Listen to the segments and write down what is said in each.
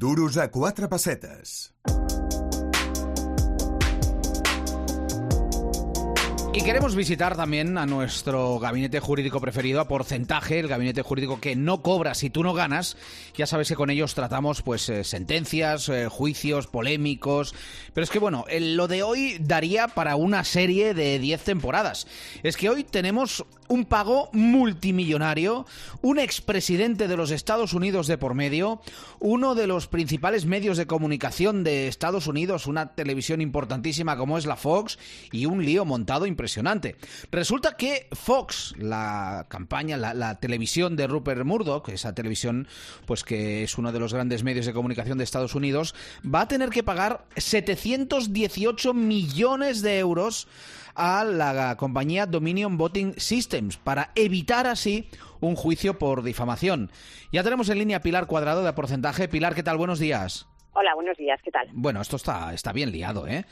Duros a quatre pessetes. Y queremos visitar también a nuestro gabinete jurídico preferido, a Porcentaje, el gabinete jurídico que no cobra si tú no ganas. Ya sabes que con ellos tratamos sentencias, juicios polémicos. Pero es que bueno, lo de hoy daría para una serie de 10 temporadas. Es que hoy tenemos un pago multimillonario, un expresidente de los Estados Unidos de por medio, uno de los principales medios de comunicación de Estados Unidos, una televisión importantísima como es la Fox, y un lío montado impresionante. Resulta que Fox, la campaña, la televisión de Rupert Murdoch, esa televisión pues que es uno de los grandes medios de comunicación de Estados Unidos, va a tener que pagar 718 millones de euros a la compañía Dominion Voting Systems para evitar así un juicio por difamación. Ya tenemos en línea a Pilar Cuadrado de Porcentaje. Pilar, ¿qué tal? Buenos días. Hola, buenos días, ¿qué tal? Bueno, esto está bien liado, ¿eh?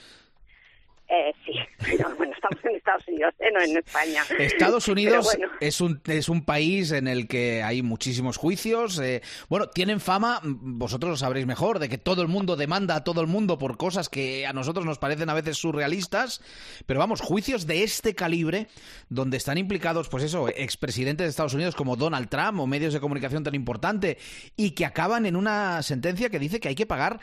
Sí, pero bueno, estamos en Estados Unidos, no en España. Estados Unidos bueno. es un país en el que hay muchísimos juicios. Bueno, tienen fama, vosotros lo sabréis mejor, de que todo el mundo demanda a todo el mundo por cosas que a nosotros nos parecen a veces surrealistas. Pero vamos, juicios de este calibre, donde están implicados, pues eso, expresidentes de Estados Unidos como Donald Trump o medios de comunicación tan importante, y que acaban en una sentencia que dice que hay que pagar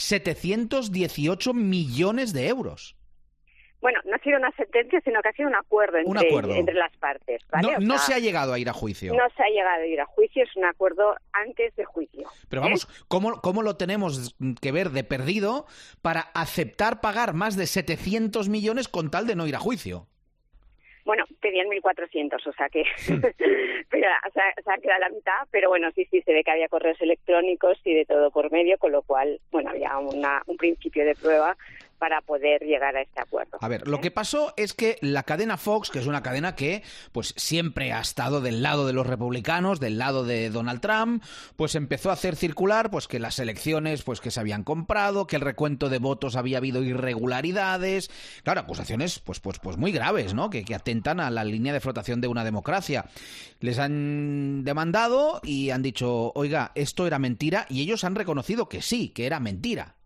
718 millones de euros. Bueno, no ha sido una sentencia, sino que ha sido un acuerdo entre las partes, ¿vale? No se ha llegado a ir a juicio. No se ha llegado a ir a juicio, es un acuerdo antes de juicio. Pero vamos, ¿cómo lo tenemos que ver de perdido para aceptar pagar más de 700 millones con tal de no ir a juicio? Bueno, pedían 1.400, o sea que pero, se ha quedado a la mitad, pero bueno, sí, se ve que había correos electrónicos y de todo por medio, con lo cual, bueno, había un principio de prueba para poder llegar a este acuerdo. A ver, lo que pasó es que la cadena Fox, que es una cadena que pues siempre ha estado del lado de los republicanos, del lado de Donald Trump, pues empezó a hacer circular pues que las elecciones pues que se habían comprado, que el recuento de votos había habido irregularidades, claro, acusaciones pues muy graves, ¿no? Que atentan a la línea de flotación de una democracia. Les han demandado y han dicho, oiga, esto era mentira, y ellos han reconocido que sí, que era mentira.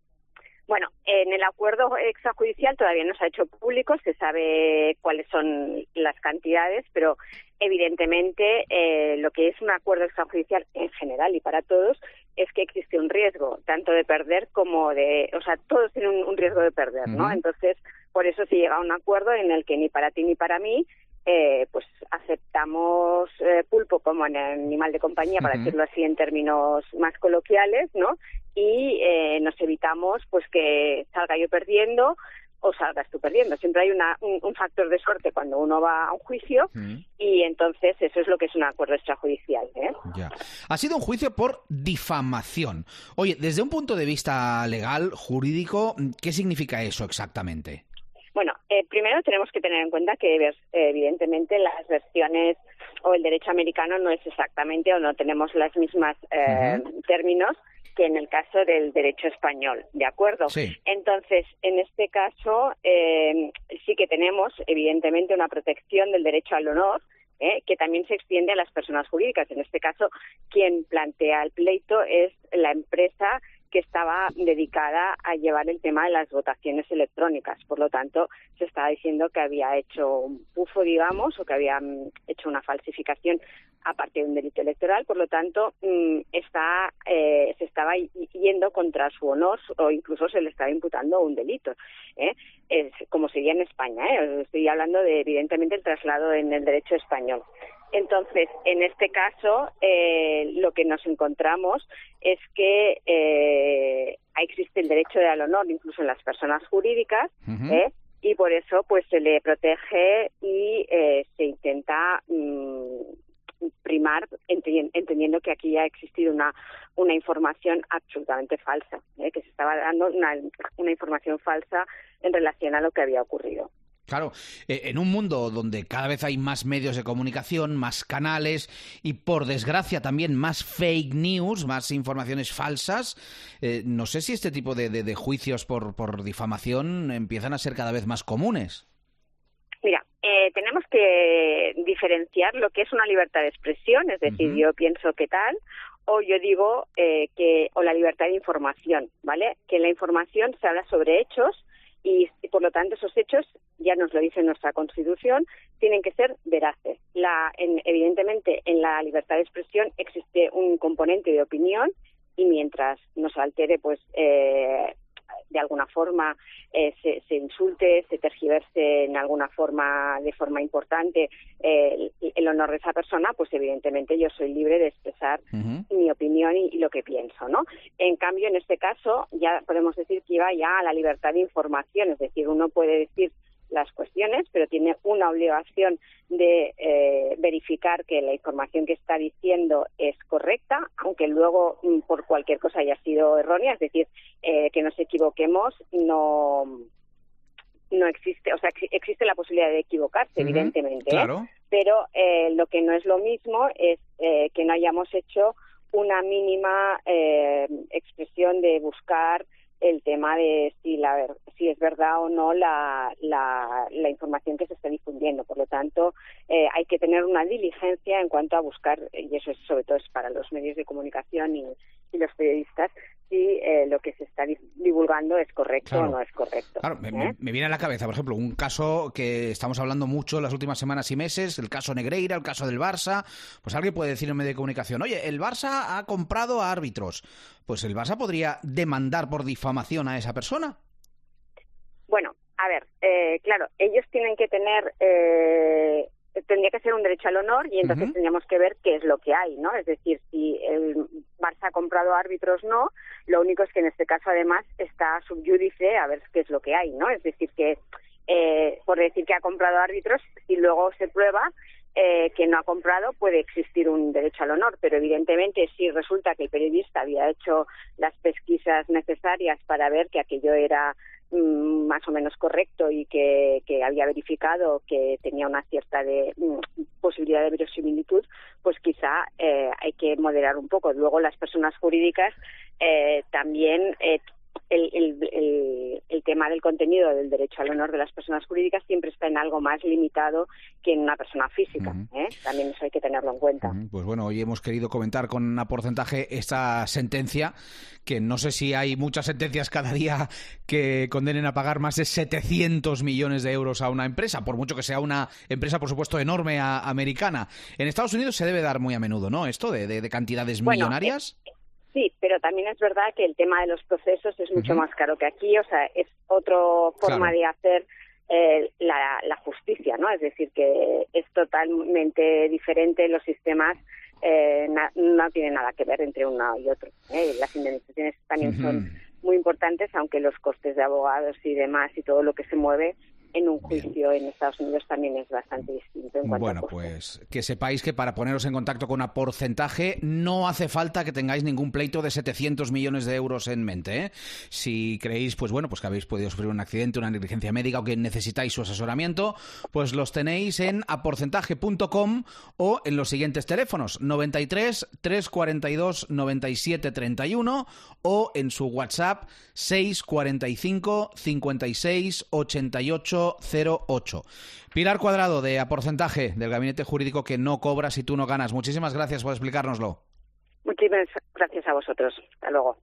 Bueno, en el acuerdo extrajudicial todavía no se ha hecho público, se sabe cuáles son las cantidades, pero evidentemente lo que es un acuerdo extrajudicial en general y para todos es que existe un riesgo, tanto de perder como o sea, todos tienen un riesgo de perder, ¿no? Entonces, por eso se llega a un acuerdo en el que ni para ti ni para mí pues aceptamos pulpo como animal de compañía, para decirlo así en términos más coloquiales, ¿no? Y nos evitamos pues que salga yo perdiendo o salgas tú perdiendo. Siempre hay un factor de suerte cuando uno va a un juicio y entonces eso es lo que es un acuerdo extrajudicial, ¿eh? Ya. Ha sido un juicio por difamación. Oye, desde un punto de vista legal, jurídico, ¿qué significa eso exactamente? Bueno, primero tenemos que tener en cuenta que evidentemente las versiones o el derecho americano no es exactamente o no tenemos las mismas términos que en el caso del derecho español, ¿de acuerdo? Sí. Entonces, en este caso sí que tenemos evidentemente una protección del derecho al honor, que también se extiende a las personas jurídicas. En este caso, quien plantea el pleito es la empresa que estaba dedicada a llevar el tema de las votaciones electrónicas. Por lo tanto, se estaba diciendo que había hecho un pufo, digamos, o que había hecho una falsificación aparte de un delito electoral. Por lo tanto, se estaba yendo contra su honor o incluso se le estaba imputando un delito, como sería en España. Estoy hablando de, evidentemente, el traslado en el derecho español. Entonces, en este caso, lo que nos encontramos es que existe el derecho al honor incluso en las personas jurídicas, y por eso pues se le protege y se intenta primar, entendiendo que aquí ha existido una información absolutamente falsa, que se estaba dando una información falsa en relación a lo que había ocurrido. Claro, en un mundo donde cada vez hay más medios de comunicación, más canales y, por desgracia, también más fake news, más informaciones falsas, no sé si este tipo de juicios por difamación empiezan a ser cada vez más comunes. Mira, tenemos que diferenciar lo que es una libertad de expresión, es decir, yo pienso que tal, o yo digo o la libertad de información, ¿vale? Que en la información se habla sobre hechos y por lo tanto esos hechos, ya nos lo dice nuestra Constitución, tienen que ser veraces. Evidentemente en la libertad de expresión existe un componente de opinión y mientras no se altere, pues de alguna forma se insulte, se tergiverse en alguna forma, de forma importante, el honor de esa persona, pues evidentemente yo soy libre de expresar mi opinión y lo que pienso, ¿no? En cambio, en este caso, ya podemos decir que iba ya a la libertad de información, es decir, uno puede decir las cuestiones, pero tiene una obligación de verificar que la información que está diciendo es correcta, aunque luego por cualquier cosa haya sido errónea, es decir, que nos equivoquemos no existe, o sea, existe la posibilidad de equivocarse, evidentemente, claro. Pero lo que no es lo mismo es que no hayamos hecho una mínima expresión de buscar el tema de si es verdad o no la información que se está difundiendo. Por lo tanto, hay que tener una diligencia en cuanto a buscar, y eso es sobre todo es para los medios de comunicación y los periodistas, si lo que se está divulgando es correcto o no es correcto. Claro, me viene a la cabeza, por ejemplo, un caso que estamos hablando mucho en las últimas semanas y meses, el caso Negreira, el caso del Barça. Pues alguien puede decir en medio de comunicación, oye, el Barça ha comprado a árbitros. Pues el Barça podría demandar por difamación a esa persona. Bueno, a ver, claro, ellos tienen que tener... tendría que ser un derecho al honor y entonces tendríamos que ver qué es lo que hay, ¿no? Es decir, si el Barça ha comprado árbitros, no. Lo único es que en este caso, además, está subyúdice a ver qué es lo que hay, ¿no? Es decir, que por decir que ha comprado árbitros, si luego se prueba que no ha comprado, puede existir un derecho al honor, pero evidentemente si resulta que el periodista había hecho las pesquisas necesarias para ver que aquello era más o menos correcto y que había verificado que tenía una cierta posibilidad de verosimilitud, pues quizá hay que moderar un poco. Luego las personas jurídicas también el tema del contenido del derecho al honor de las personas jurídicas siempre está en algo más limitado que en una persona física. También eso hay que tenerlo en cuenta. Pues bueno, hoy hemos querido comentar con un porcentaje esta sentencia, que no sé si hay muchas sentencias cada día que condenen a pagar más de 700 millones de euros a una empresa, por mucho que sea una empresa, por supuesto, enorme americana. En Estados Unidos se debe dar muy a menudo, ¿no?, esto de cantidades millonarias. Sí, pero también es verdad que el tema de los procesos es mucho más caro que aquí, o sea, es otra forma de hacer la justicia, ¿no? Es decir, que es totalmente diferente, los sistemas no tienen nada que ver entre uno y otro. Las indemnizaciones también son muy importantes, aunque los costes de abogados y demás y todo lo que se mueve en un juicio en Estados Unidos también es bastante distinto en cuanto a costes. Pues que sepáis que para poneros en contacto con una porcentaje no hace falta que tengáis ningún pleito de 700 millones de euros en mente, ¿eh? Si creéis, pues bueno, pues que habéis podido sufrir un accidente, una negligencia médica o que necesitáis su asesoramiento, pues los tenéis en aporcentaje.com o en los siguientes teléfonos: 93 342 97 31 o en su WhatsApp 645 56 88 08. Pilar Cuadrado, de Aporcentaje, del Gabinete Jurídico que no cobra si tú no ganas. Muchísimas gracias por explicárnoslo. Muchísimas gracias a vosotros. Hasta luego.